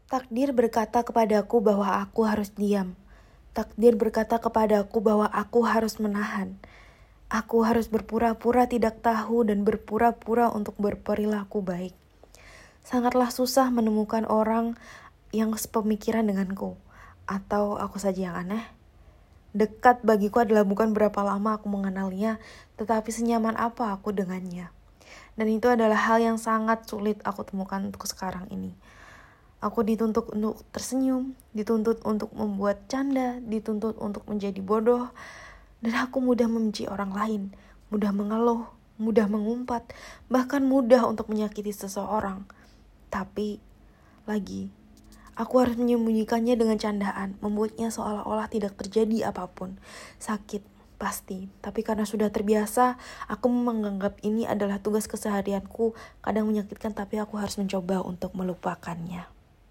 Takdir berkata kepadaku bahwa aku harus diam. Takdir berkata kepadaku bahwa aku harus menahan. Aku harus berpura-pura tidak tahu dan berpura-pura untuk berperilaku baik. Sangatlah susah menemukan orang yang sepemikiran denganku. Atau aku saja yang aneh? Dekat bagiku adalah bukan berapa lama aku mengenalnya, tetapi senyaman apa aku dengannya. Dan itu adalah hal yang sangat sulit aku temukan untuk sekarang ini. Aku dituntut untuk tersenyum, dituntut untuk membuat canda, dituntut untuk menjadi bodoh. Dan aku mudah membenci orang lain, mudah mengeluh, mudah mengumpat, bahkan mudah untuk menyakiti seseorang. Tapi, lagi, aku harus menyembunyikannya dengan candaan, membuatnya seolah-olah tidak terjadi apapun. Sakit, pasti. Tapi karena sudah terbiasa, aku menganggap ini adalah tugas keseharianku. Kadang menyakitkan, tapi aku harus mencoba untuk melupakannya.